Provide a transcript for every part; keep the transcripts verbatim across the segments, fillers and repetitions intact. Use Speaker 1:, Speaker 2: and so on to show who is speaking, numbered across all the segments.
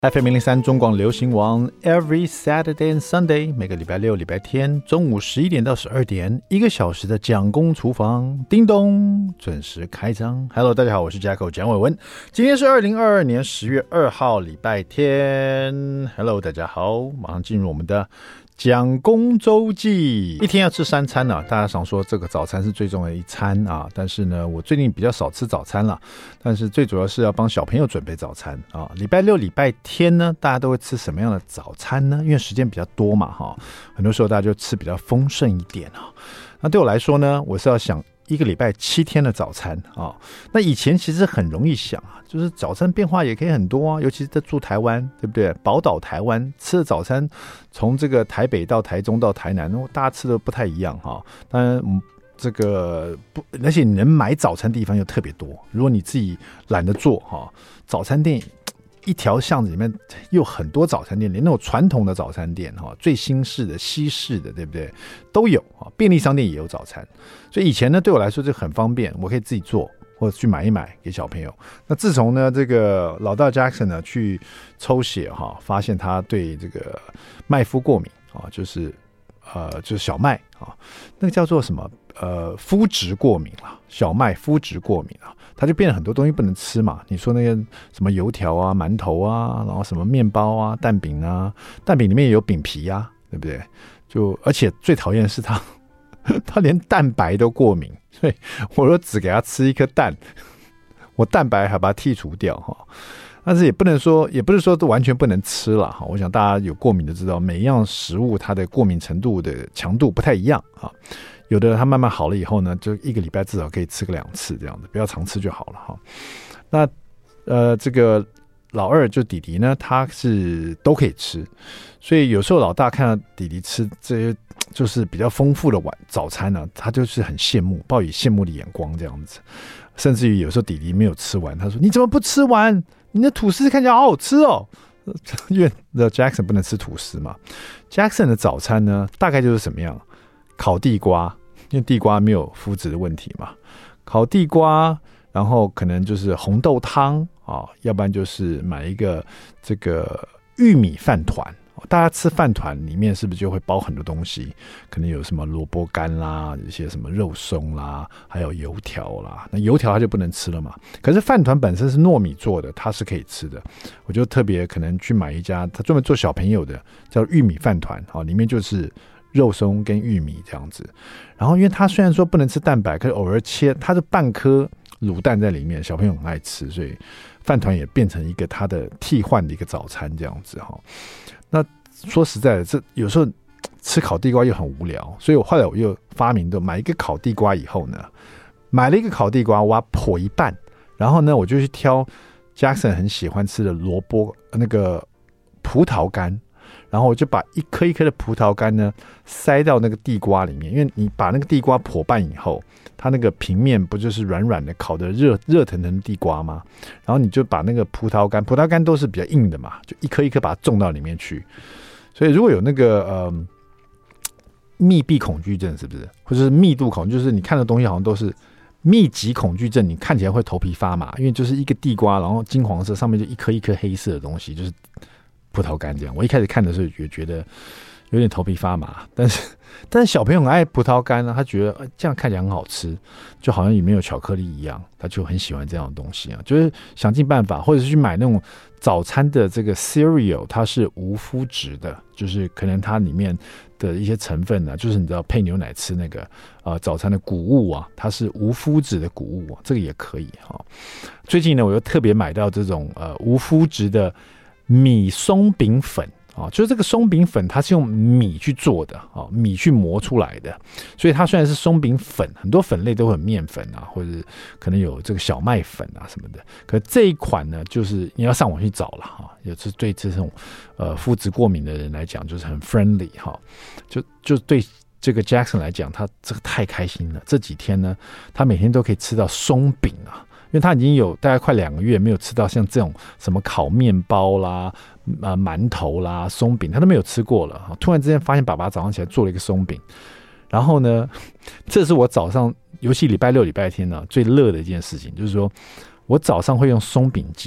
Speaker 1: F M 零零三中广流行王 Every Saturday and Sunday 每个礼拜六礼拜天中午十一点到十二点一个小时的蒋公厨房叮咚准时开张。 Hello 大家好，我是 Jacko 蒋伟文，今天是二零二二年十月二号礼拜天。 Hello 大家好，马上进入我们的蒋公周记。一天要吃三餐啊，大家想说这个早餐是最重要的一餐啊，但是呢我最近比较少吃早餐了，但是最主要是要帮小朋友准备早餐啊。礼拜六礼拜天呢大家都会吃什么样的早餐呢？因为时间比较多嘛哈，很多时候大家就吃比较丰盛一点啊。那对我来说呢，我是要想一个礼拜七天的早餐啊。那以前其实很容易想啊，就是早餐变化也可以很多啊，尤其是在住台湾，对不对？宝岛台湾吃的早餐，从这个台北到台中到台南，大家吃的不太一样哈。当然，嗯，这个不，而且你能买早餐的地方又特别多。如果你自己懒得做哈，早餐店一条巷子里面有很多早餐店，连那种传统的早餐店哈，最新式的、西式的，对不对？都有啊。便利商店也有早餐，所以以前呢，对我来说就很方便，我可以自己做，或者去买一买给小朋友。那自从呢，这个老大 Jackson 呢去抽血哈，发现他对这个麦麸过敏啊，就是呃就是小麦啊，那个叫做什么呃麸质过敏啦，小麦麸质过敏啊。他就变了很多东西不能吃嘛，你说那个什么油条啊、馒头啊，然后什么面包啊、蛋饼啊，蛋饼里面也有饼皮啊，对不对？就而且最讨厌的是他，他连蛋白都过敏，所以我说只给他吃一颗蛋，我蛋白还把它剔除掉哈。但是也不能说，也不是说都完全不能吃了哈。我想大家有过敏的知道，每一样食物它的过敏程度的强度不太一样啊。有的它慢慢好了以后呢，就一个礼拜至少可以吃个两次这样子，不要常吃就好了哈。那呃，这个老二就弟弟呢，他是都可以吃，所以有时候老大看到弟弟吃这些就是比较丰富的晚早餐呢，他就是很羡慕，抱以羡慕的眼光这样子。甚至于有时候弟弟没有吃完，他说：“你怎么不吃完？你的吐司看起来好好吃哦。”因为 Jackson 不能吃吐司嘛。Jackson 的早餐呢，大概就是什么样？烤地瓜。因为地瓜没有麸质的问题嘛，烤地瓜，然后可能就是红豆汤啊，要不然就是买一个这个玉米饭团。大家吃饭团里面是不是就会包很多东西？可能有什么萝卜干啦，有些什么肉松啦，还有油条啦。那油条它就不能吃了嘛。可是饭团本身是糯米做的，它是可以吃的。我就特别可能去买一家，它专门做小朋友的，叫玉米饭团啊，里面就是肉松跟玉米这样子。然后因为它虽然说不能吃蛋白，可是偶尔切它的半颗卤蛋在里面，小朋友很爱吃，所以饭团也变成一个它的替换的一个早餐这样子哈。那说实在的，这有时候吃烤地瓜又很无聊，所以我后来我又发明的买一个烤地瓜以后呢，买了一个烤地瓜，我要剖一半，然后呢我就去挑 Jackson 很喜欢吃的萝卜那个葡萄干。然后我就把一颗一颗的葡萄干呢塞到那个地瓜里面，因为你把那个地瓜剖半以后，它那个平面不就是软软的烤的热热腾腾的地瓜吗？然后你就把那个葡萄干，葡萄干都是比较硬的嘛，就一颗一颗把它种到里面去。所以如果有那个呃密闭恐惧症，是不是？或者是密度恐惧，就是你看的东西好像都是密集恐惧症，你看起来会头皮发麻，因为就是一个地瓜，然后金黄色，上面就一颗一颗黑色的东西，就是葡萄干这样。我一开始看的时候也觉得有点头皮发麻，但是但是小朋友很爱葡萄干呢，他觉得这样看起来很好吃，就好像里面有巧克力一样，他就很喜欢这样的东西啊。就是想尽办法，或者是去买那种早餐的这个 cereal， 它是无麸质的，就是可能它里面的一些成分呢、啊，就是你知道配牛奶吃那个呃早餐的谷物啊，它是无麸质的谷物、啊，这个也可以哈、哦。最近呢，我又特别买到这种呃无麸质的米松饼粉啊，就是这个松饼粉它是用米去做的啊，米去磨出来的，所以它虽然是松饼粉，很多粉类都很面粉啊，或者可能有这个小麦粉啊什么的，可这一款呢，就是你要上网去找了哈，也是对这种呃麸质过敏的人来讲，就是很 friendly 哈，就就对这个 Jackson 来讲，他这个太开心了，这几天呢，他每天都可以吃到松饼啊。因为他已经有大概快两个月没有吃到像这种什么烤面包啦、呃馒头啦、松饼，他都没有吃过了。突然之间发现爸爸早上起来做了一个松饼，然后呢，这是我早上，尤其礼拜六、礼拜天呢最乐的一件事情，就是说我早上会用松饼机哦，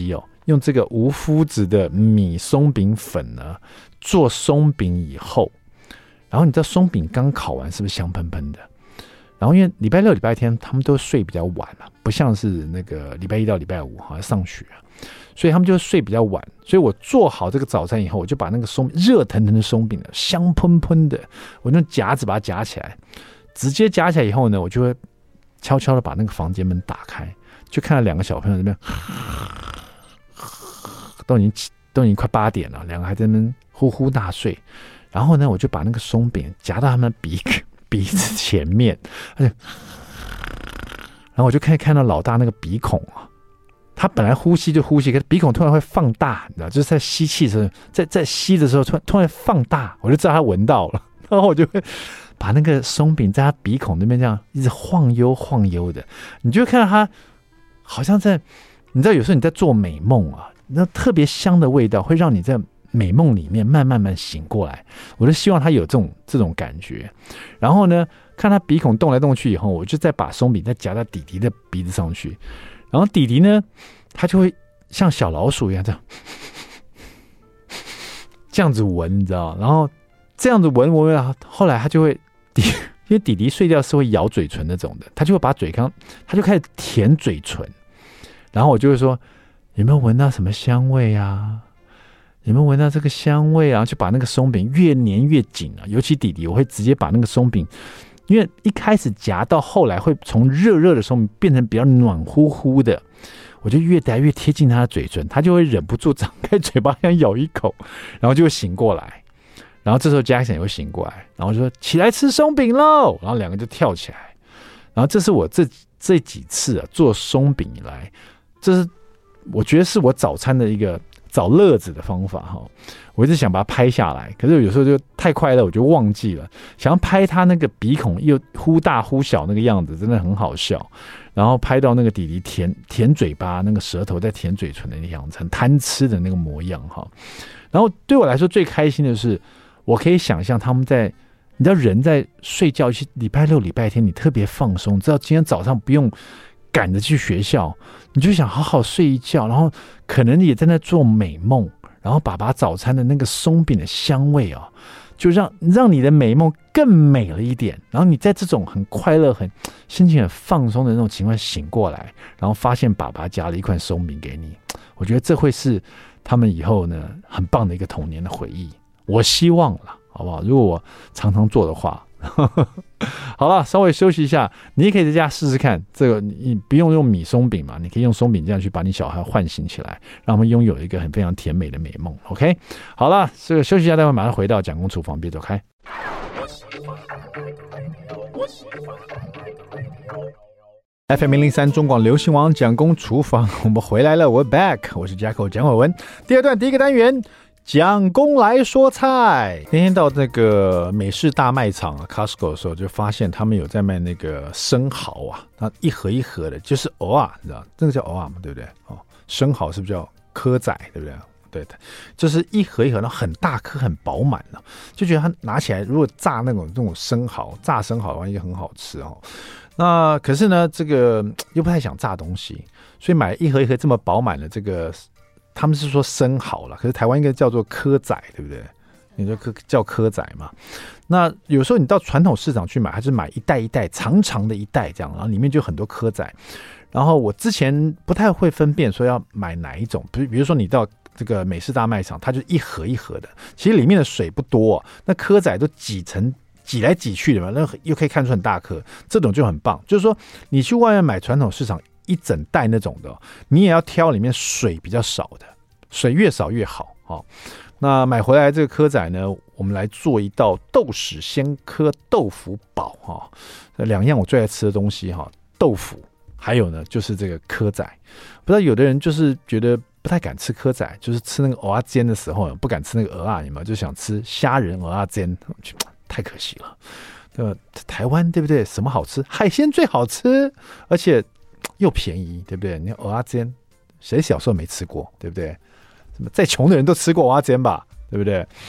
Speaker 1: 用这个无麸质的米松饼粉呢做松饼以后，然后你知道松饼刚烤完是不是香喷喷的？然后因为礼拜六礼拜天他们都睡比较晚了、啊，不像是那个礼拜一到礼拜五好像上学啊，所以他们就睡比较晚。所以我做好这个早餐以后，我就把那个松热腾腾的松饼香喷喷的，我用夹子把它夹起来，直接夹起来以后呢，我就会悄悄的把那个房间门打开，就看到两个小朋友在那边，都已经都已经快八点了，两个还在那边呼呼大睡。然后呢，我就把那个松饼夹到他们的鼻鼻子前面，然后我就可以看到老大那个鼻孔啊，他本来呼吸就呼吸，可是鼻孔突然会放大，你知道，就是在吸气的时候，在在吸的时候突然突然放大，我就知道他闻到了，然后我就会把那个松饼在他鼻孔那边这样一直晃悠晃悠的，你就会看到他好像在，你知道有时候你在做美梦啊，那特别香的味道会让你在美梦里面慢慢慢醒过来，我就希望他有这种这种感觉。然后呢，看他鼻孔动来动去以后，我就再把松饼再夹到弟弟的鼻子上去，然后弟弟呢，他就会像小老鼠一样这样这样子闻，你知道，然后这样子闻闻，后来他就会，因为弟弟睡觉是会咬嘴唇那种的，他就会把嘴刚，他就开始舔嘴唇，然后我就会说，有没有闻到什么香味啊？有没有闻到这个香味啊？就把那个松饼越粘越紧啊！尤其弟弟，我会直接把那个松饼，因为一开始夹到后来会从热热的松饼变成比较暖乎乎的，我就越来越贴近他的嘴唇，他就会忍不住张开嘴巴想咬一口，然后就会醒过来。然后这时候 Jackson 也会醒过来，然后就说起来吃松饼喽，然后两个就跳起来。然后这是我这这几次啊做松饼以来，这是我觉得是我早餐的一个找乐子的方法哈，我一直想把它拍下来，可是有时候就太快乐，我就忘记了。想要拍他那个鼻孔又忽大忽小那个样子，真的很好笑。然后拍到那个弟弟舔舔嘴巴，那个舌头在舔嘴唇的那个样子，很贪吃的那个模样哈。然后对我来说最开心的是，我可以想象他们在，你知道人在睡觉，礼拜六礼拜天你特别放松，知道今天早上不用赶着去学校，你就想好好睡一觉，然后可能也在那做美梦，然后爸爸早餐的那个松饼的香味啊，就让让你的美梦更美了一点。然后你在这种很快乐、很心情很放松的那种情况醒过来，然后发现爸爸夹了一块松饼给你，我觉得这会是他们以后呢很棒的一个童年的回忆。我希望了，好不好？如果我常常做的话。好了，稍微休息一下，你也可以在家试试看这个，你不用用米松饼嘛，你可以用松饼这样去把你小孩唤醒起来，让他们拥有一个很非常甜美的美梦。 OK， 好了，这个休息一下，待会马上回到蒋公厨房，别走开。F M 零零三中广流行网蒋公厨房，我们回来了，我 back， 我是 Jacko 蒋伟文。第二段第一个单元，蒋公来说菜。那天到那个美式大卖场啊 Costco 的时候，就发现他们有在卖那个生蚝啊，那一盒一盒的，就是蚵啊，你知道这个叫蚵啊嘛，对不对？哦，生蚝是不是叫蚵仔，对不对？对的，就是一盒一盒，然后很大颗，很饱满了，就觉得它拿起来，如果炸那种那种生蚝，炸生蚝的话也很好吃哦。那可是呢，这个又不太想炸东西，所以买一盒一盒这么饱满的这个。他们是说生蚝啦，可是台湾应该叫做蚵仔，对不对？你就叫蚵仔嘛。那有时候你到传统市场去买，它是买一袋一袋长长的一袋这样，然后里面就很多蚵仔。然后我之前不太会分辨说要买哪一种，比如说你到这个美式大卖场，它就一盒一盒的，其实里面的水不多、啊，那蚵仔都挤成挤来挤去的嘛，那又可以看出很大颗，这种就很棒。就是说你去外面买传统市场。一整袋那种的，你也要挑里面水比较少的，水越少越好。哦、那买回来这个蚵仔呢，我们来做一道豆豉鲜蚵豆腐煲哈、哦，两样我最爱吃的东西哈、哦，豆腐还有呢就是这个蚵仔。不知道有的人就是觉得不太敢吃蚵仔，就是吃那个蚵仔煎的时候不敢吃那个蚵仔，有没有就想吃虾仁蚵仔煎，太可惜了。对吧？台湾对不对？什么好吃？海鲜最好吃，而且。又便宜，对不对？你蚵仔煎，谁小时候没吃过，对不对？什么再穷的人都吃过蚵仔煎吧，对不对？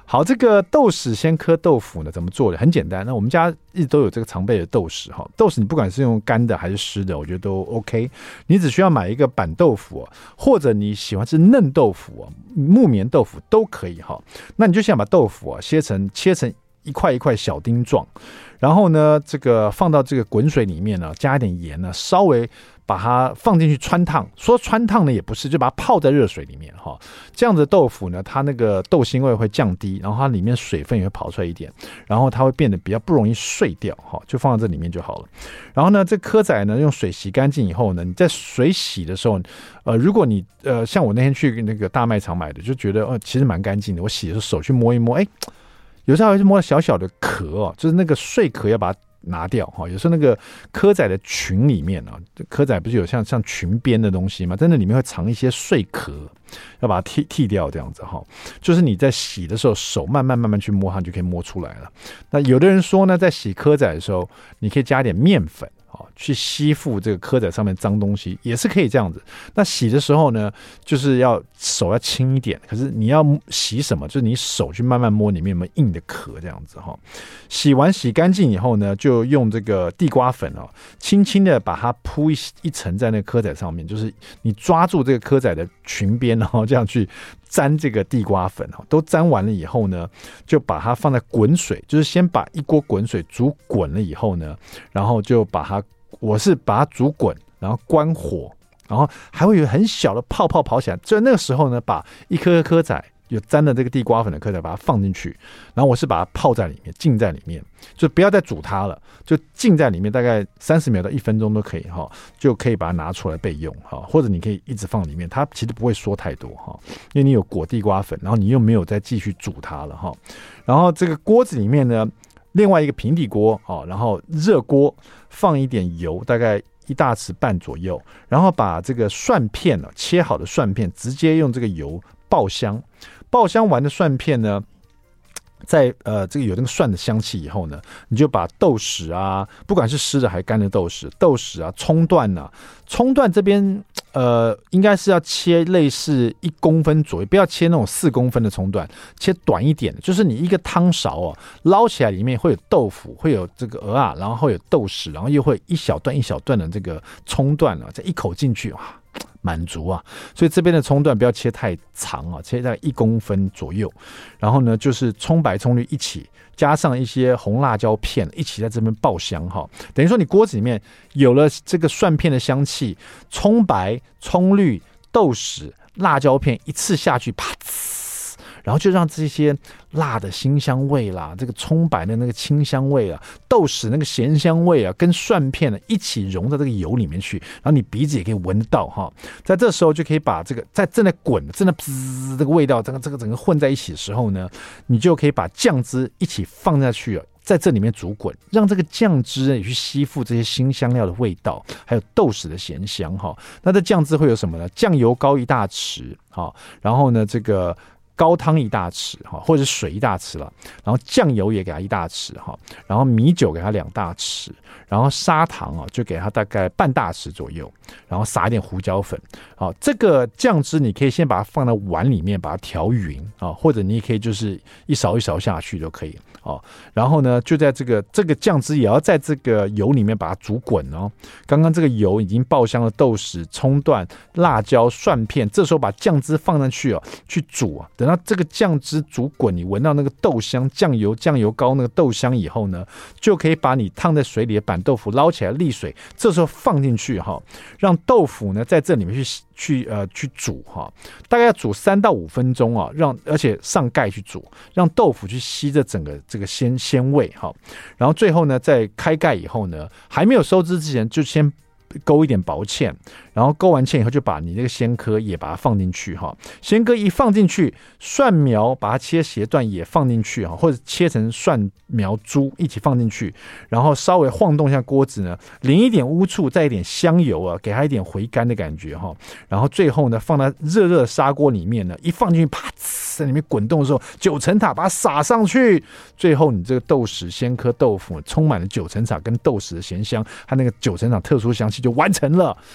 Speaker 1: 好，这个豆豉鲜颗豆腐呢，怎么做的？很简单。那我们家一直都有这个常备的豆豉哈，豆豉你不管是用干的还是湿的，我觉得都 OK。你只需要买一个板豆腐、哦，或者你喜欢吃嫩豆腐、哦、木棉豆腐都可以哈。那你就先把豆腐啊切成切成一块一块小丁状，然后呢，这个放到这个滚水里面呢，加一点盐呢，稍微把它放进去汆烫。说汆烫呢也不是，就把它泡在热水里面哈。这样子的豆腐呢，它那个豆腥味会降低，然后它里面水分也会跑出来一点，然后它会变得比较不容易碎掉哈，就放在这里面就好了。然后呢，这蚵仔呢用水洗干净以后呢，你在水洗的时候，呃，如果你呃像我那天去那个大卖场买的，就觉得呃其实蛮干净的，我洗的时候手去摸一摸，哎。有时候还会摸到小小的壳哦，就是那个碎壳要把它拿掉哈。有时候那个蚵仔的群里面啊，蚵仔不是有像像裙边的东西吗？在那里面会藏一些碎壳，要把它剔剔掉这样子哈。就是你在洗的时候，手慢慢慢慢去摸它，就可以摸出来了。那有的人说呢，在洗蚵仔的时候，你可以加点面粉。去吸附这个蚵仔上面脏东西也是可以这样子。那洗的时候呢，就是要手要轻一点，可是你要洗什么？就是你手去慢慢摸里面有没有硬的壳这样子哈。洗完洗干净以后呢，就用这个地瓜粉哦，轻轻的把它铺一一层在那个蚵仔上面，就是你抓住这个蚵仔的裙边，然后这样去沾这个地瓜粉，都沾完了以后呢，就把它放在滚水，就是先把一锅滚水煮滚了以后呢，然后就把它，我是把它煮滚，然后关火，然后还会有很小的泡泡跑起来，就那个时候呢，把一颗颗蚵仔有沾了这个地瓜粉的蚵仔把它放进去，然后我是把它泡在里面，浸在里面，就不要再煮它了，就浸在里面，大概三十秒到一分钟都可以哈，就可以把它拿出来备用哈，或者你可以一直放里面，它其实不会缩太多哈，因为你有裹地瓜粉，然后你又没有再继续煮它了哈。然后这个锅子里面呢，另外一个平底锅哦，然后热锅放一点油，大概一大匙半左右，然后把这个蒜片呢，切好的蒜片直接用这个油爆香。爆香完的蒜片呢，在呃这个有那个蒜的香气以后呢，你就把豆豉啊，不管是湿的还是干的豆豉，豆豉啊、葱段啊，葱段这边呃应该是要切类似一公分左右，不要切那种四公分的葱段，切短一点的，就是你一个汤勺哦，捞起来里面会有豆腐，会有这个蚵啊，然后会有豆豉，然后又会一小段一小段的这个葱段啊，再一口进去哇。满足啊，所以这边的葱段不要切太长啊，切在一公分左右。然后呢，就是葱白葱绿一起，加上一些红辣椒片，一起在这边爆香哈。等于说你锅子里面有了这个蒜片的香气，葱白、葱绿、豆豉、辣椒片一次下去，啪呲。然后就让这些辣的辛香味啦，这个葱白的那个清香味啊，豆豉那个咸香味啊，跟蒜片呢一起融到这个油里面去，然后你鼻子也可以闻得到哈。在这时候就可以把这个在正在滚、正在滋这个味道，这个这个整个混在一起的时候呢，你就可以把酱汁一起放下去，在这里面煮滚，让这个酱汁也去吸附这些辛香料的味道，还有豆豉的咸香哈。那这酱汁会有什么呢？酱油膏一大匙哈，然后呢这个。高汤一大匙哈，或者水一大匙了，然后酱油也给它一大匙哈，然后米酒给它两大匙，然后砂糖啊就给它大概半大匙左右，然后撒一点胡椒粉。好，这个酱汁你可以先把它放在碗里面，把它调匀啊，或者你也可以就是一勺一勺下去就可以哦。然后呢，就在这个这个酱汁也要在这个油里面把它煮滚哦。刚刚这个油已经爆香了豆豉、葱段、辣椒、蒜片，这时候把酱汁放上去哦，去煮啊。等到这个酱汁煮滚，你闻到那个豆香、酱油、酱油膏那个豆香以后呢，就可以把你烫在水里的板豆腐捞起来沥水，这时候放进去哈，让豆腐呢在这里面去去呃去煮哈，大概要煮三到五分钟啊，让而且上盖去煮，让豆腐去吸这整个这个鲜鲜味哈。然后最后呢，在开盖以后呢，还没有收汁之前，就先勾一点薄芡，然后勾完芡以后，就把你这个鲜蚵也把它放进去哈。鲜蚵一放进去，蒜苗把它切斜段也放进去哈，或者切成蒜苗珠一起放进去，然后稍微晃动一下锅子呢，淋一点乌醋，再一点香油啊，给它一点回甘的感觉哈。然后最后呢，放在热热的砂锅里面呢，一放进去，啪，在里面滚动的时候，九层塔把它撒上去，最后你这个豆豉鲜蚵豆腐充满了九层塔跟豆豉的咸香，它那个九层塔特殊香气就完成了。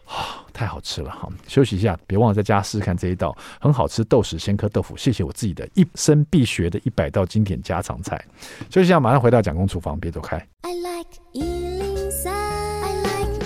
Speaker 1: 哦，太好吃了哈！休息一下，别忘了在家试试看这一道很好吃豆豉鲜颗豆腐。谢谢我自己的一生必学的一百道经典家常菜。休息一下，马上回到蒋公厨房，别走开。I like 一零三 I like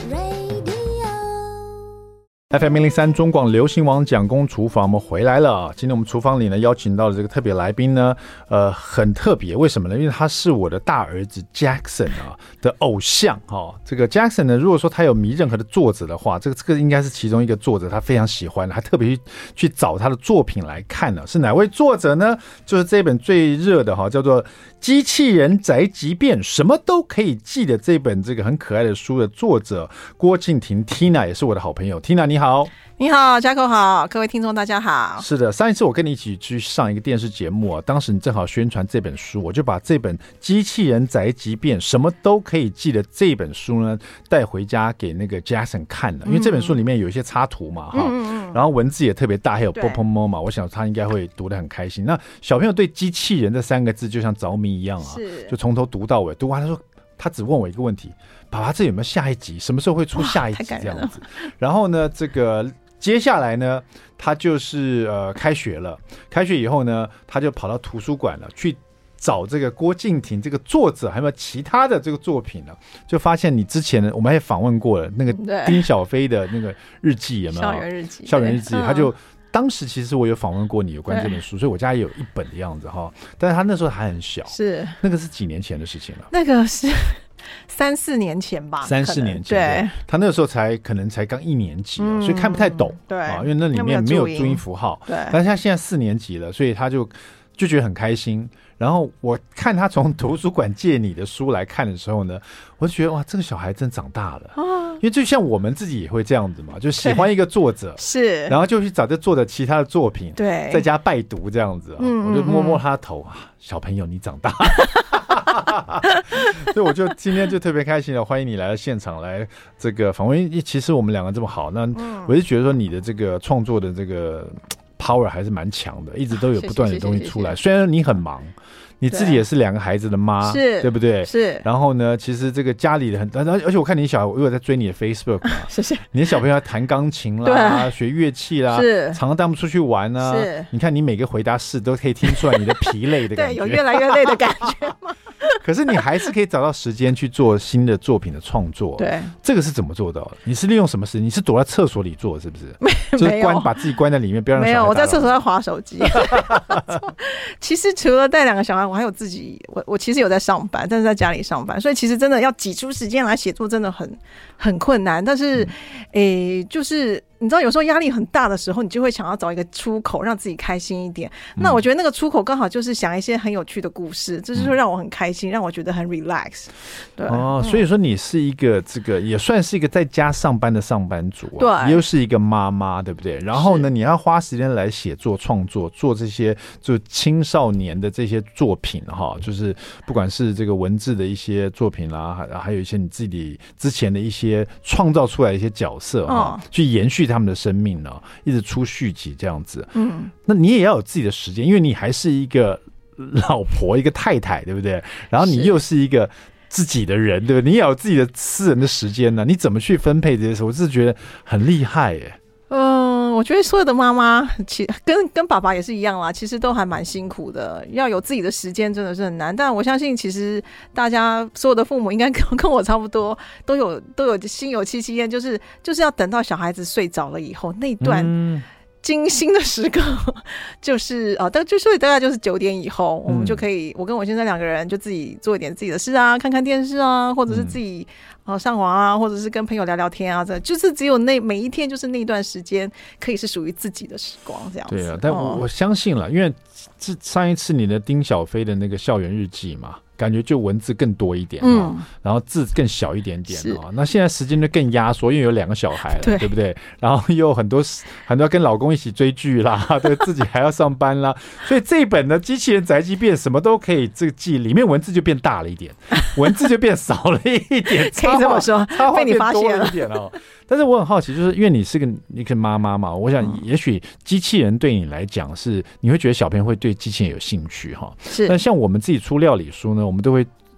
Speaker 1: radio。F M 一零三中广流行网蒋公厨房，我们回来了。今天我们厨房里呢邀请到的这个特别来宾呢，呃，很特别，为什么呢？因为他是我的大儿子 Jackson 啊的偶像哈、哦。这个 Jackson 呢，如果说他有迷任何的作者的话，这个这个应该是其中一个作者，他非常喜欢的，还特别去去找他的作品来看呢。是哪位作者呢？就是这本最热的哈，叫做《机器人宅急便》，什么都可以记的这本这个很可爱的书的作者郭敬亭 Tina 也是我的好朋友 ，Tina 你好。
Speaker 2: 你好，嘉口好，各位听众大家好。
Speaker 1: 是的，上一次我跟你一起去上一个电视节目啊，当时你正好宣传这本书，我就把这本《机器人宅急便》什么都可以记的这本书呢带回家给那个 Jackson 看了，因为这本书里面有一些插图嘛，哈、嗯，然后文字也特别大，还有 Popmo 嘛，我想他应该会读得很开心。那小朋友对机器人这三个字就像着迷一样啊，就从头读到尾，读完他说。他只问我一个问题：爸爸，这有没有下一集？什么时候会出下一集？这样子。然后呢，这个接下来呢，他就是呃开学了。开学以后呢，他就跑到图书馆了，去找这个郭敬亭这个作者，还有没有其他的这个作品呢？就发现你之前我们也访问过了那个丁小飞的那个日记，有没有？
Speaker 2: 校园日记。
Speaker 1: 校园日记，他就。当时其实我有访问过你有关这本书，所以我家也有一本的样子哈。但是他那时候还很小，是那个是几年前的事情了。
Speaker 2: 那个是三四年前吧，
Speaker 1: 三四年前。对，他那个时候才可能才刚一年级、嗯，所以看不太懂。对啊，因为那里面没有注音符号。对，但是他现在四年级了，所以他就就觉得很开心。然后我看他从图书馆借你的书来看的时候呢，我就觉得哇，这个小孩真长大了。哦、因为就像我们自己也会这样子嘛，就喜欢一个作者，是，然后就去找这作者其他的作品，对，在家拜读这样子、啊嗯。我就摸摸他的头啊，小朋友你长大了。所以我就今天就特别开心了，欢迎你来到现场来这个访问。其实我们两个这么好，那我就觉得说你的这个创作的这个 power 还是蛮强的，一直都有不断的东西出来。谢谢谢谢谢谢，虽然你很忙。你自己也是两个孩子的妈，是，对不对？是。然后呢，其实这个家里的很，而且我看你小孩，我有在追你的 Facebook 嘛，谢谢。你的小朋友要弹钢琴啦，学乐器啦，是，常常带他们出去玩啊。是。你看你每个回答是都可以听出来你的疲累的感觉，对，有越来越累的感觉吗？可是你还是可以找到时间去做新的作品的创作，对，这个是怎么做到的？你是利用什么时间？你是躲在厕所里做，是不是？没，就是关把自己关在里面，不要让小孩打扰。没有，我在厕所在滑手机。其实除了带两个小孩，我还有自己，我我其实有在上班，但是在家里上班，所以其实真的要挤出时间来写作，真的很很困难。但是，诶、嗯欸，就是你知道，有时候压力很大的时候，你就会想要找一个出口，让自己开心一点。嗯、那我觉得那个出口刚好就是想一些很有趣的故事，这就是让我很开心，让我觉得很 relax。对哦、嗯，所以说你是一个这个也算是一个在家上班的上班族、啊，对，又是一个妈妈，对不对？然后呢，你要花时间来写作、创作，做这些就青少年的这些作品哈，就是不管是这个文字的一些作品啦，还还有一些你自己之前的一些创造出来的一些角色哈、嗯，去延续他们的生命呢，一直出续集这样子。嗯，那你也要有自己的时间，因为你还是一个老婆，一个太太，对不对？然后你又是一个自己的人，对不对？你也有自己的私人的时间呢，你怎么去分配这些事？我是觉得很厉害耶。嗯，我觉得所有的妈妈其跟跟爸爸也是一样啦，其实都还蛮辛苦的，要有自己的时间真的是很难。但我相信，其实大家所有的父母应该跟跟我差不多，都有都有心有戚戚焉，就是就是要等到小孩子睡着了以后，那段精心的时刻，就是啊，但就所以大概就是九点以后，我们就可以，我跟我先生两个人就自己做一点自己的事啊，看看电视啊，或者是自己。哦，上网啊，或者是跟朋友聊聊天啊，这就是只有那每一天就是那段时间可以是属于自己的时光，这样子。对啊，但我、哦、我相信了，因为上一次你的丁小飞的那个校园日记嘛，感觉就文字更多一点、嗯哦、然后字更小一点点、哦、那现在时间就更压缩，因为有两个小孩了， 对, 对不对？然后又有很多很多跟老公一起追剧啦，对，自己还要上班啦，所以这一本呢，机器人宅急便什么都可以这个记，里面文字就变大了一点，文字就变少了一点。可以这么说，被你发现了一点哦。但是我很好奇，就是因为你是个一个妈妈嘛，我想也许机器人对你来讲是你会觉得小朋友会对机器人有兴趣哈。是。但像我们自己出料理书呢，我们都会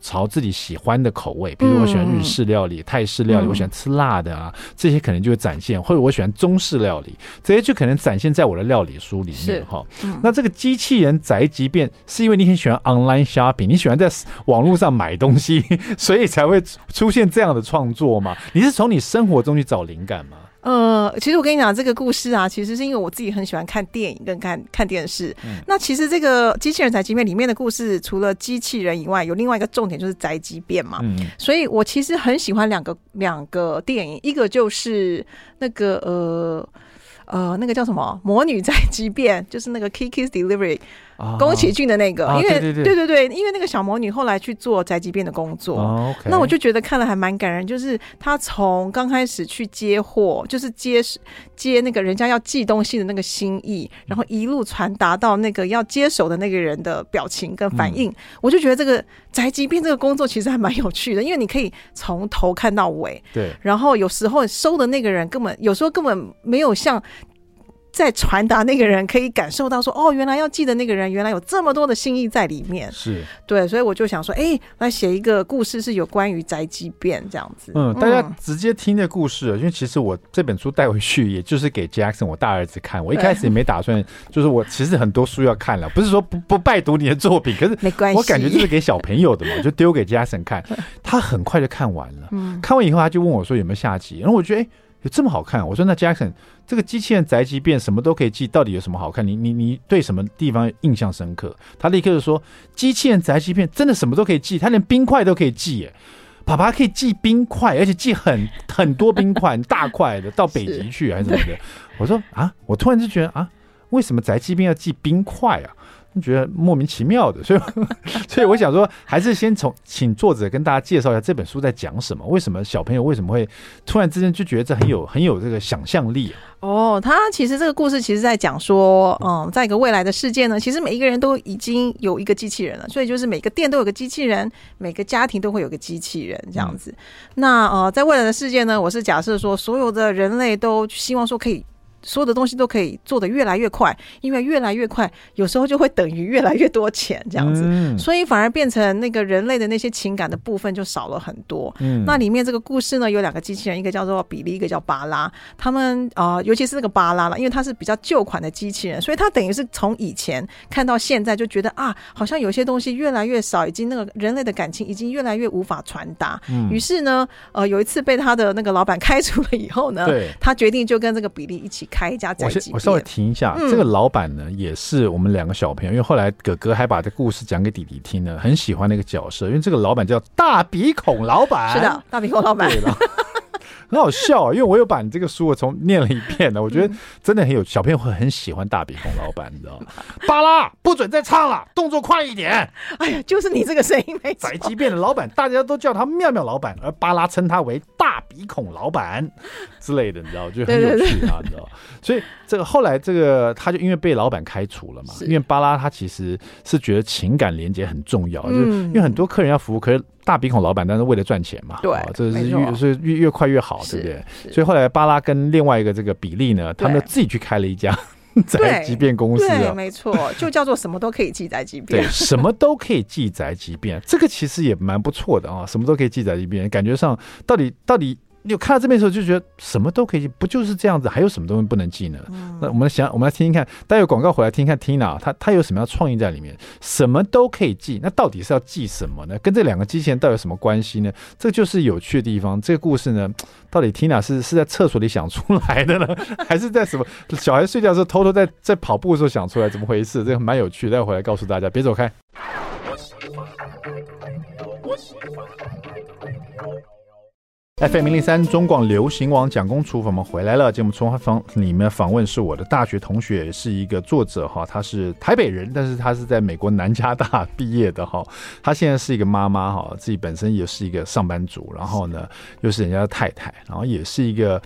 Speaker 1: 朝自己喜欢的口味，比如我喜欢日式料理、嗯、泰式料理、嗯、我喜欢吃辣的啊，这些可能就会展现，或者我喜欢中式料理，这些就可能展现在我的料理书里面哈、嗯。那这个机器人宅急便是因为你很喜欢 online shopping， 你喜欢在网络上买东西，所以才会出现这样的创作吗？你是从你生活中去找灵感吗？
Speaker 2: 呃，其实我跟你讲，这个故事啊，其实是因为我自己很喜欢看电影跟看看电视。嗯、那其实这个机器人宅急便里面的故事，除了机器人以外，有另外一个重点就是宅急便嘛。嗯、所以我其实很喜欢两个两个电影，一个就是那个呃呃那个叫什么《魔女宅急便》，就是那个 Kiki's Delivery。宫崎骏的那个、哦、因为、哦、对, 对, 对, 对对对，因为那个小魔女后来去做宅急便的工作、哦 okay、那我就觉得看了还蛮感人，就是她从刚开始去接货，就是接接那个人家要寄东西的那个心意，然后一路传达到那个要接手的那个人的表情跟反应、嗯、我就觉得这个宅急便这个工作其实还蛮有趣的，因为你可以从头看到尾，对，然后有时候收的那个人根本有时候根本没有像在传达那个人可以感受到说，哦，原来要记得那个人原来有这么多的心意在里面，是对，所以我就想说，哎，来写一个故事是有关于宅急便这样子。
Speaker 1: 嗯，大家直接听这故事，因为其实我这本书带回去，也就是给 Jackson 我大儿子看。我一开始也没打算，就是我其实很多书要看了，不是说不不拜读你的作品，可是
Speaker 2: 没关系，
Speaker 1: 我感觉这是给小朋友的嘛，就丢给 Jackson 看，他很快就看完了。嗯，看完以后他就问我说有没有下集，然后我觉得，哎。有这么好看？我说那 Jackson 这个机器人宅急便什么都可以寄，到底有什么好看？你你你对什么地方印象深刻？他立刻就说机器人宅急便真的什么都可以寄，他连冰块都可以寄耶！爸爸可以寄冰块，而且寄很很多冰块，很大块的到北极去还是什么的。我说啊，我突然就觉得啊，为什么宅急便要寄冰块啊？觉得莫名其妙的，所以所以我想说，还是先从请作者跟大家介绍一下这本书在讲什么，为什么小朋友为什么会突然之间就觉得这很有很有这个想象力、啊、
Speaker 2: 哦，他其实这个故事其实在讲说，嗯，在一个未来的世界呢，其实每一个人都已经有一个机器人了，所以就是每个店都有个机器人，每个家庭都会有个机器人这样子。嗯、那呃，在未来的世界呢，我是假设说，所有的人类都希望说可以。所有的东西都可以做得越来越快，因为越来越快有时候就会等于越来越多钱这样子、嗯、所以反而变成那个人类的那些情感的部分就少了很多、嗯、那里面这个故事呢有两个机器人，一个叫做比利，一个叫巴拉，他们、呃、尤其是那个巴拉啦，因为他是比较旧款的机器人，所以他等于是从以前看到现在就觉得啊，好像有些东西越来越少，已经那个人类的感情已经越来越无法传达、嗯、于是呢呃，有一次被他的那个老板开除了以后呢，他决定就跟这个比利一起开一家宅急便。
Speaker 1: 我稍微停一下、嗯、这个老板呢也是我们两个小朋友，因为后来哥哥还把这故事讲给弟弟听呢，很喜欢那个角色，因为这个老板叫大鼻孔老板。
Speaker 2: 是的，大鼻孔老板。对了
Speaker 1: 很好笑、啊、因为我有把你这个书我从念了一遍了，我觉得真的很有，小朋友会很喜欢大鼻孔老板，你知道吗？巴拉不准再唱了，动作快一点。
Speaker 2: 哎呀，就是你这个声音没错。
Speaker 1: 宅急便的老板大家都叫他妙妙老板，而巴拉称他为大鼻孔老板之类的，你知道，就很有趣啊，你知道。所以这个后来这个他就因为被老板开除了嘛，因为巴拉他其实是觉得情感连结很重要、嗯、就是因为很多客人要服务，可是大鼻孔老板但是为了赚钱嘛，对、哦，这是越是越越快越好，对不对？所以后来巴拉跟另外一个这个比利呢，他们自己去开了一家宅急便公司、啊、
Speaker 2: 对，没错，就叫做什么都可以寄宅急便。
Speaker 1: 对，什么都可以寄宅急便，这个其实也蛮不错的啊，什么都可以寄宅急便，感觉上到底到底。你有看到这边的时候就觉得什么都可以寄，不就是这样子？还有什么东西不能寄呢？嗯、那我们想，我们来听听看，待会有广告回来听看 Tina 她她有什么样创意在里面？什么都可以寄，那到底是要寄什么呢？跟这两个机器人到底有什么关系呢？这就是有趣的地方。这个故事呢，到底 Tina 是是在厕所里想出来的呢，还是在什么小孩睡觉的时候偷偷在在跑步的时候想出来？怎么回事？这个蛮有趣的，待会回来告诉大家。别走开。F M 零零三中广流行网蒋公厨房，我们回来了。节目厨房里面访问是我的大学同学，也是一个作者哈，他是台北人，但是他是在美国南加大毕业的哈。他现在是一个妈妈哈，自己本身也是一个上班族，然后呢又是人家的太太，然后也是一个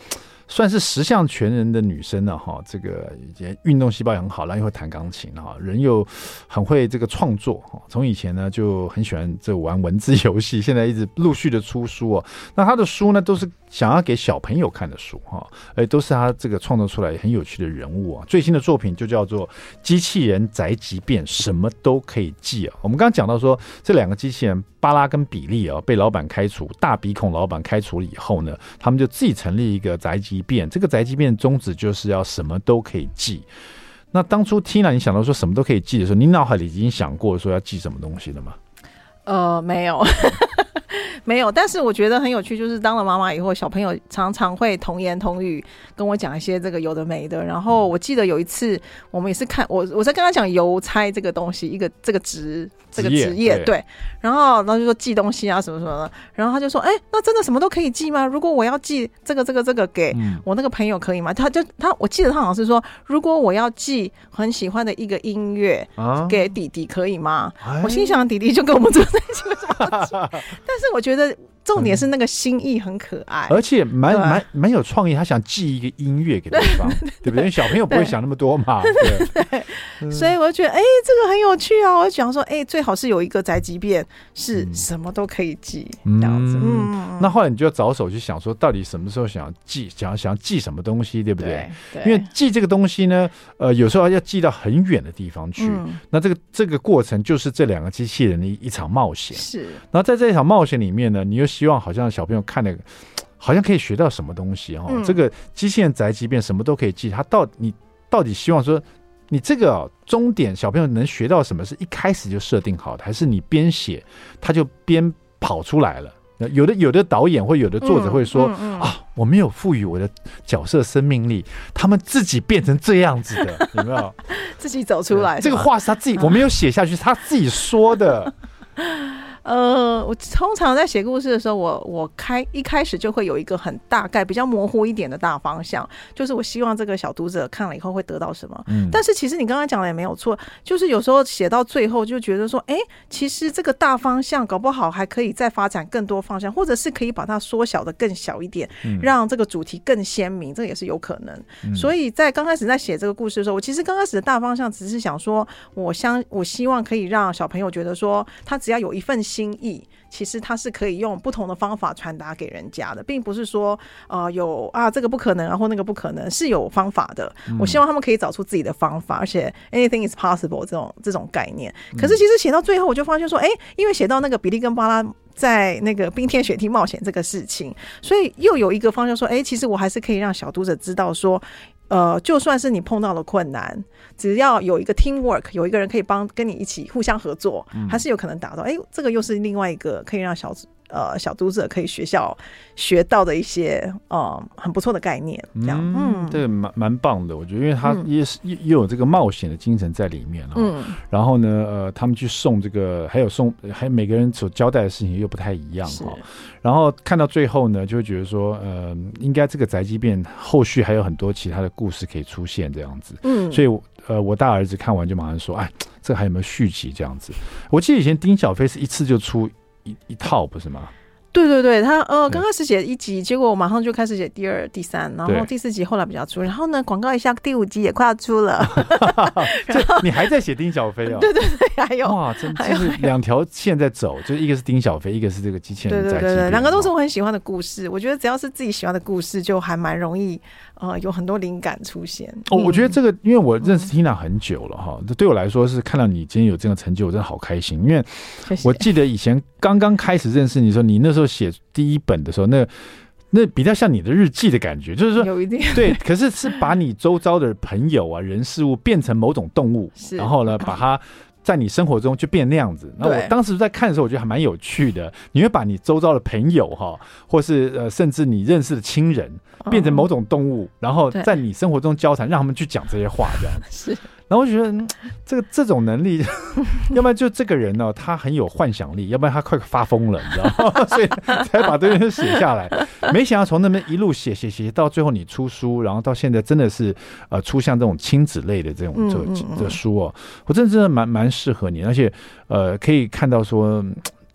Speaker 1: 算是十项全能的女生呢，哈，这个运动细胞也很好，然后又会弹钢琴哈，人又很会这个创作哈。从以前呢就很喜欢这玩文字游戏，现在一直陆续的出书哦。那她的书呢都是想要给小朋友看的书哈，而都是她这个创作出来很有趣的人物啊。最新的作品就叫做《机器人宅急便》，什么都可以记啊。我们刚刚讲到说，这两个机器人巴拉跟比利啊被老板开除，大鼻孔老板开除了以后呢，他们就自己成立一个宅急便。这个宅急便宗旨就是要什么都可以记。那当初 Tina 你想到说什么都可以记的时候，你脑海里已经想过说要记什么东西了吗？
Speaker 2: 呃，没有。没有，但是我觉得很有趣，就是当了妈妈以后，小朋友常常会童言童语跟我讲一些这个有的没的。然后我记得有一次，我们也是看我我在跟他讲邮差这个东西，一个这个职这个职业 对, 对，然后然后就说寄东西啊什么什么的，然后他就说，哎，那真的什么都可以寄吗？如果我要寄这个这个这个给我那个朋友可以吗？他就他我记得他好像是说，如果我要寄很喜欢的一个音乐给弟弟可以吗？啊、我心想弟弟就跟我们住在一起，为什么要寄？但是我觉得重点是那个心意很可爱，
Speaker 1: 而且蛮蛮蛮有创意。他想寄一个音乐给对方， 对, 对, 对不对？因为小朋友不会想那么多嘛。对, 对, 对, 对、嗯，所以
Speaker 2: 我就觉得，哎、欸，这个很有趣啊！我就想说，哎、欸，最好是有一个宅急便，是什么都可以寄、嗯、这样子。嗯，
Speaker 1: 那后来你就要着手去想说，到底什么时候想要寄，想要想要寄什么东西，对不对？对对，因为寄这个东西呢，呃，有时候要寄到很远的地方去。嗯、那这个这个过程就是这两个机器人的一一场冒险。
Speaker 2: 是。
Speaker 1: 然后在这一场冒险里面呢，你又希望好像小朋友看的，好像可以学到什么东西哈、哦嗯。这个机器人宅急便什么都可以记，他到你到底希望说，你这个、哦、终点小朋友能学到什么？是一开始就设定好的，还是你边写他就边跑出来了？有的有的导演或有的作者会说、嗯嗯嗯、啊，我没有赋予我的角色生命力，他们自己变成这样子的，有没有？
Speaker 2: 自己走出来，
Speaker 1: 这个话是他自己，我没有写下去，是他自己说的。
Speaker 2: 呃，我通常在写故事的时候，我我开一开始就会有一个很大概、比较模糊一点的大方向，就是我希望这个小读者看了以后会得到什么。嗯，但是其实你刚刚讲的也没有错，就是有时候写到最后就觉得说，哎，其实这个大方向搞不好还可以再发展更多方向，或者是可以把它缩小的更小一点，嗯、让这个主题更鲜明，这也是有可能。嗯、所以在刚开始在写这个故事的时候，我其实刚开始的大方向只是想说，我相我希望可以让小朋友觉得说，他只要有一份心意，其实它是可以用不同的方法传达给人家的，并不是说呃有啊这个不可能啊或那个不可能，是有方法的。嗯、我希望他们可以找出自己的方法，而且 anything is possible 这种这种概念。可是其实写到最后，我就发现说，哎、欸，因为写到那个比利跟巴拉在那个冰天雪地冒险这个事情，所以又有一个方向说，哎、欸，其实我还是可以让小读者知道说。呃，就算是你碰到了困难，只要有一个 teamwork， 有一个人可以帮跟你一起互相合作，嗯、还是有可能达到。哎，这个又是另外一个可以让小呃小读者可以学校学到的一些呃很不错的概念。这样，嗯，
Speaker 1: 这个蛮蛮棒的，我觉得，因为他也是又、嗯、有这个冒险的精神在里面了。嗯，然后呢，呃，他们去送这个，还有送，还有每个人所交代的事情又不太一样哈。然后看到最后呢，就会觉得说，呃，应该这个宅急便后续还有很多其他的故事可以出现这样子。嗯，所以呃，我大儿子看完就马上说，哎，这个还有没有续集这样子？我记得以前丁小飞是一次就出一一套，不是吗？
Speaker 2: 对对对，他呃刚开始写一集，结果我马上就开始写第二、第三，然后第四集后来比较出，然后呢广告一下，第五集也快要出了。
Speaker 1: 你还在写丁小飞哦？
Speaker 2: 对对对，还有
Speaker 1: 哇，真的是两条线在走，就是一个是丁小飞，一个是这个机器人宅急便。对对对，
Speaker 2: 两个都是我很喜欢的故事。我觉得只要是自己喜欢的故事，就还蛮容易呃有很多灵感出现。
Speaker 1: 哦，我觉得这个，因为我认识 Tina 很久了哈，这、嗯、对我来说是看到你今天有这样的成就，我真的好开心。因为我记得以前刚刚开始认识你的时候，你那时候写第一本的时候，那那比较像你的日记的感觉，就是说
Speaker 2: 有一点
Speaker 1: 对，可是是把你周遭的朋友啊、人事物变成某种动物，然后呢，把它在你生活中就变那样子。那我当时在看的时候，我觉得还蛮有趣的。你会把你周遭的朋友哈，或是呃，甚至你认识的亲人，变成某种动物，然后在你生活中交谈，让他们去讲这些话，这样子。是。然后我觉得、嗯、这个这种能力，要不然就这个人呢、哦，他很有幻想力，要不然他快发疯了，你知道吗？所以才把这些写下来。没想到从那边一路写写写到最后你出书，然后到现在真的是呃出像这种亲子类的这种这种的书哦，我真的真的蛮蛮适合你，而且呃可以看到说。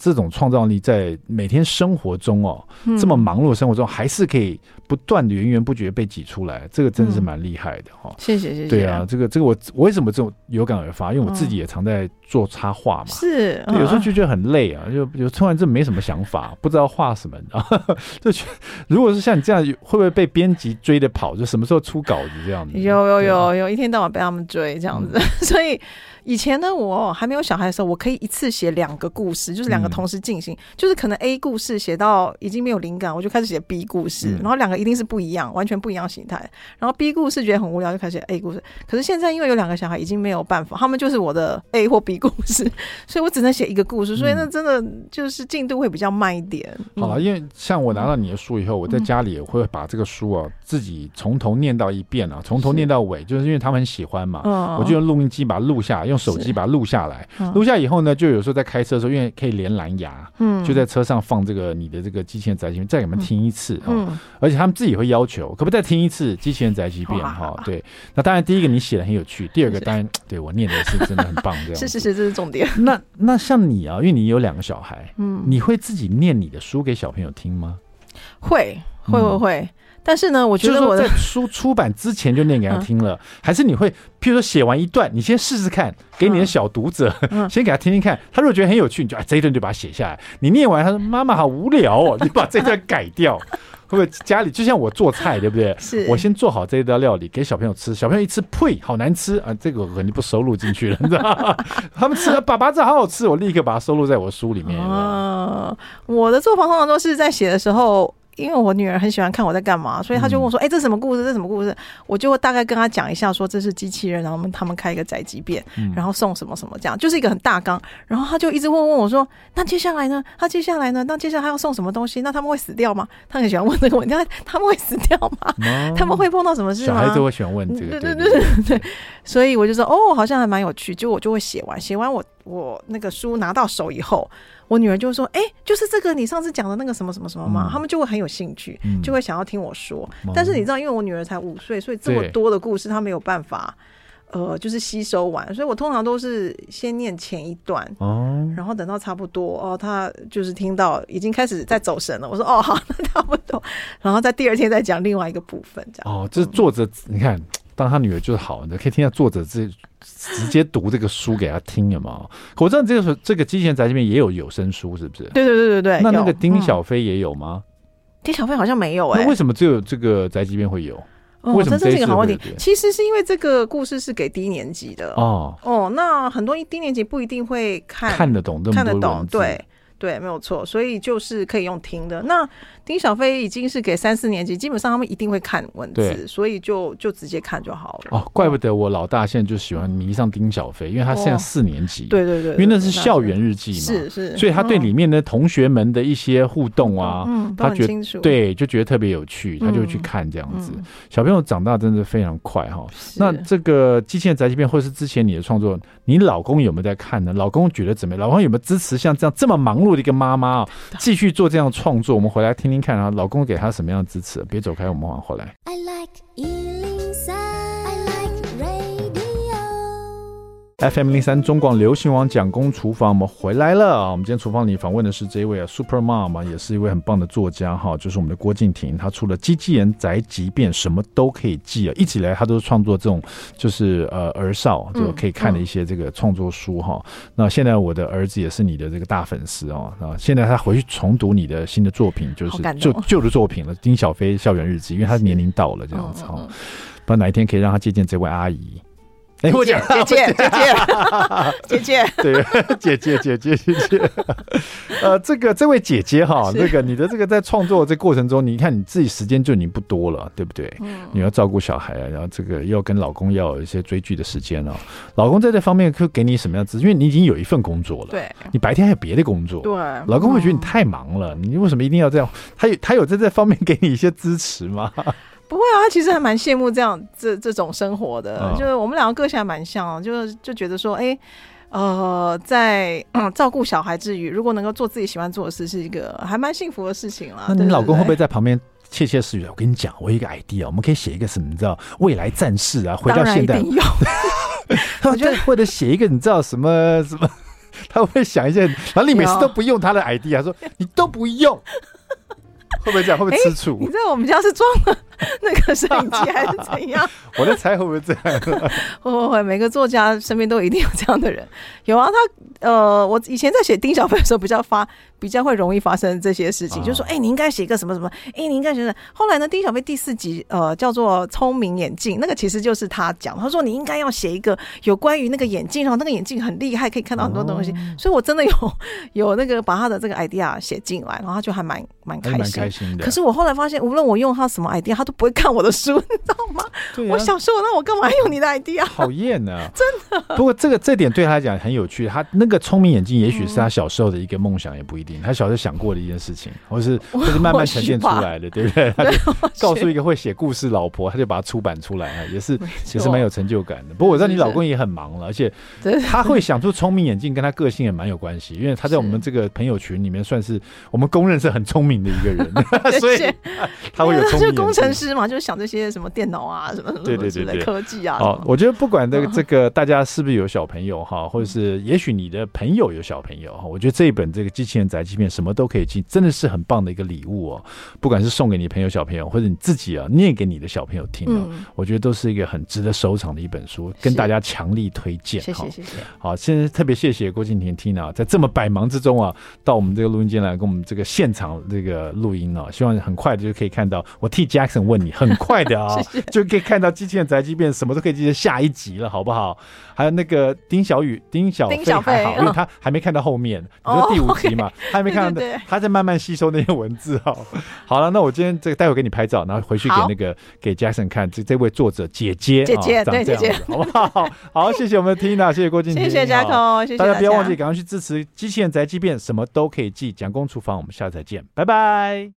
Speaker 1: 这种创造力在每天生活中哦、嗯、这么忙碌的生活中还是可以不断的源源不绝被挤出来，这个真的是蛮厉害的哈、哦嗯。
Speaker 2: 谢谢谢谢。
Speaker 1: 对啊，这个这个我我为什么这种有感而发？因为我自己也常在做插画嘛，
Speaker 2: 是、
Speaker 1: 嗯，有时候就觉得很累啊，就有突然就没什么想法，不知道画什么，然后就如果是像你这样，会不会被编辑追着跑？就什么时候出稿子这样子？
Speaker 2: 有有有有，一天到晚被他们追这样子，嗯、所以。以前呢，我还没有小孩的时候，我可以一次写两个故事，就是两个同时进行、嗯、就是可能 A 故事写到已经没有灵感，我就开始写 B 故事、嗯、然后两个一定是不一样，完全不一样形态，然后 B 故事觉得很无聊就开始写 A 故事。可是现在因为有两个小孩已经没有办法，他们就是我的 A 或 B 故事，所以我只能写一个故事，所以那真的就是进度会比较慢一点、嗯、
Speaker 1: 好了，因为像我拿到你的书以后、嗯、我在家里也会把这个书啊自己从头念到一遍啊，从头念到尾，就是因为他们很喜欢嘛、嗯、我就用录音机把它录下来，用手机把它录下来，录下以后呢，就有时候在开车的时候，因为可以连蓝牙，嗯，就在车上放这个你的这个机器人宅急便，再给他们听一次，嗯，哦、而且他们自己会要求，可不可以再听一次机器人宅急便？哈、哦，对，那当然第一个你写的很有趣，第二个当然对我念的是真的很棒，这样
Speaker 2: 是是是，这是重点。
Speaker 1: 那那像你啊，因为你有两个小孩，嗯，你会自己念你的书给小朋友听吗？
Speaker 2: 会会会会。嗯，但是呢，我觉得我
Speaker 1: 在书出版之前就念给他听了，嗯、还是你会，譬如说写完一段，你先试试看，给你的小读者、嗯、先给他听听看，他如果觉得很有趣，你就哎这一段就把它写下来。你念完，他说妈妈好无聊哦，你把这段改掉。会不会家里就像我做菜，对不对？是我先做好这一道料理给小朋友吃，小朋友一吃，呸，好难吃啊！这个我肯定不收录进去了，你知道吗？他们吃了，爸爸这好好吃，我立刻把它收录在我的书里面。
Speaker 2: 啊，我的做法通常都是在写的时候。因为我女儿很喜欢看我在干嘛，所以她就问我说：“哎、嗯欸，这是什么故事？这是什么故事？”我就会大概跟她讲一下，说这是机器人，然后他们开一个宅急便，嗯、然后送什么什么，这样就是一个很大纲。然后她就一直问问我说：“那接下来呢？那接下来呢？那接下来要送什么东西？那他们会死掉吗？”她很喜欢问这个问题，他们会死掉吗？哦、他们会碰到什么事吗？
Speaker 1: 小孩子会喜欢问这个，
Speaker 2: 对对对对 对, 对。所以我就说：“哦，好像还蛮有趣。”结果我就会写完，写完我我那个书拿到手以后。我女儿就说：“哎、欸，就是这个你上次讲的那个什么什么什么嘛。嗯”他们就会很有兴趣，嗯、就会想要听我说。嗯、但是你知道，因为我女儿才五岁，所以这么多的故事她没有办法，呃，就是吸收完。所以我通常都是先念前一段，哦，然后等到差不多哦，她就是听到已经开始在走神了。我说：“哦，好，那差不多。”然后在第二天再讲另外一个部分，这样。
Speaker 1: 哦，这作者、嗯、你看。当他女儿就是好的，可以听到作者直直接读这个书给他听了嘛？我知道这个这个机器人宅急便也有有声书，是不是？
Speaker 2: 对对对对对。
Speaker 1: 那那个丁小飞也有吗？
Speaker 2: 丁小飞好像没有哎、欸。
Speaker 1: 那为什么只有这个宅急便会有？
Speaker 2: 哦，
Speaker 1: 为什么这
Speaker 2: 是一个好问题。其实是因为这个故事是给低年级的哦哦，那很多低年级不一定会看
Speaker 1: 看得懂，
Speaker 2: 看得懂，对。对，没有错，所以就是可以用听的。那丁小飞已经是给三四年级，基本上他们一定会看文字，所以就就直接看就好了。
Speaker 1: 哦，怪不得我老大现在就喜欢迷上丁小飞，因为他现在四年级，
Speaker 2: 哦、对, 对, 对对，
Speaker 1: 因为那是校园日记嘛，
Speaker 2: 是是，
Speaker 1: 所以他对里面的同学们的一些互动啊，
Speaker 2: 嗯，
Speaker 1: 他觉
Speaker 2: 得
Speaker 1: 对就觉得特别有趣，他就会去看这样子。嗯、小朋友长大真的非常快哈。那这个机器人宅急便，或是之前你的创作，你老公有没有在看呢？老公觉得怎么样？老公有没有支持像这样这么忙碌的一个妈妈？继续做这样的创作，我们回来听听看啊，老公给他什么样的支持？别走开，我们马上回来。I like one oh three, I like radio。F M 零三中广流行网蒋公厨房，我们回来了啊！我们今天厨房里访问的是这一位啊 Super Mom 啊，也是一位很棒的作家哈，就是我们的郭敬亭。他出了机器人宅急便，什么都可以记啊！一直以来他都是创作这种就是呃儿少就可以看的一些这个创作书哈。嗯嗯、那现在我的儿子也是你的这个大粉丝哦，那现在他回去重读你的新的作品，就是旧旧的作品了，《丁小飞校园日记》，因为他年龄到了这样子哈，不知道哪一天可以让他接见这位阿姨。
Speaker 2: 哎、欸，我讲姐姐姐姐姐姐，
Speaker 1: 对，姐姐姐姐姐姐，呃，这个这位姐姐哈，这个你的这个在创作这过程中，你看你自己时间就已经不多了，对不对？嗯，你要照顾小孩，然后这个又要跟老公要有一些追剧的时间哦。老公在这方面会给你什么样子？因为你已经有一份工作了，
Speaker 2: 对，
Speaker 1: 你白天还有别的工作，
Speaker 2: 对，
Speaker 1: 老公会觉得你太忙了，你为什么一定要这样？他有他有在这方面给你一些支持吗？
Speaker 2: 不会啊，他其实还蛮羡慕这样这这种生活的，哦、就是我们两个个性还蛮像的，就就觉得说，哎，呃，在、嗯、照顾小孩之余，如果能够做自己喜欢做的事，是一个还蛮幸福的事情啦。
Speaker 1: 那你老公会不会在旁边窃窃私语？我跟你讲，我有一个 idea， 我们可以写一个什么，你知道，未来战士啊，回到现代，
Speaker 2: 当然一定有。
Speaker 1: 我觉得或者写一个，你知道什么什么。 他会想一些，然后你每次都不用他的 idea， 说你都不用，会不会这样？会不会吃醋？
Speaker 2: 你知道我们家是装了那个摄影机还是怎样？
Speaker 1: 我在猜会不会这样？
Speaker 2: 会会会，每个作家身边都一定有这样的人。有啊，他呃，我以前在写丁小飞的时候，比较发比较会容易发生这些事情，啊、就说哎、欸，你应该写个什么什么，哎、欸，你应该写。后来呢，丁小飞第四集呃叫做聪明眼镜，那个其实就是他讲，他说你应该要写一个有关于那个眼镜，然后那个眼镜很厉害，可以看到很多东西。哦、所以我真的有有那个把他的这个 idea 写进来，然后他就还蛮蛮开心，
Speaker 1: 开心的。
Speaker 2: 可是我后来发现，无论我用他什么 idea， 他都不会看我的书，你知道吗？对啊、我想说，那我干嘛用你的 idea？
Speaker 1: 讨厌啊！
Speaker 2: 真的。
Speaker 1: 不过这个这点对他来讲很有趣，他那个聪明眼镜也许是他小时候的一个梦想，也不一定。他小时候想过的一件事情，或是或是慢慢呈现出来的，对不对？他就告诉一个会写故事老婆，他就把它出版出来，也是也是蛮有成就感的。不过我知道你老公也很忙了，而且他会想出聪明眼镜，跟他个性也蛮有关系，因为他在我们这个朋友群里面算是我们公认是很聪明的一个人，所以他会有聪明眼镜。
Speaker 2: 就是工程师嘛，就是想这些什么电脑啊，什么什么之类的科技啊。
Speaker 1: 好，我觉得不管这个这个大家是不是有小朋友哈，或者是也许你的朋友有小朋友哈，我觉得这一本这个机器人宅急便什么都可以记，真的是很棒的一个礼物哦。不管是送给你朋友小朋友，或者你自己啊念给你的小朋友听哦，嗯、我觉得都是一个很值得收藏的一本书，跟大家强力推荐。
Speaker 2: 谢谢谢谢。
Speaker 1: 好，现在特别谢谢郭敬亭 Tina 在这么百忙之中啊，到我们这个录音间来跟我们这个现场这个录音啊，希望很快的就可以看到。我替 Jackson 问你，很快的啊、哦，就可以看到机器人宅急便什么都可以记得下一集了，好不好？还有那个丁小雨、丁小飞还好，因为他还没看到后面，你说第五集嘛，他还没看到，对对对，他在慢慢吸收那些文字哦。好了，那我今天这个待会给你拍照，然后回去给那个给 Jackson 看，这这位作者姐姐
Speaker 2: 姐姐、哦、
Speaker 1: 对姐姐，好不好？好，谢谢我们的 Tina， 谢谢郭敬亭，
Speaker 2: 谢谢 Jackson， 谢谢大家，
Speaker 1: 大家不要忘记赶快去支持机器人宅急便，什么都可以记。蒋公厨房，我们下次再见，拜拜。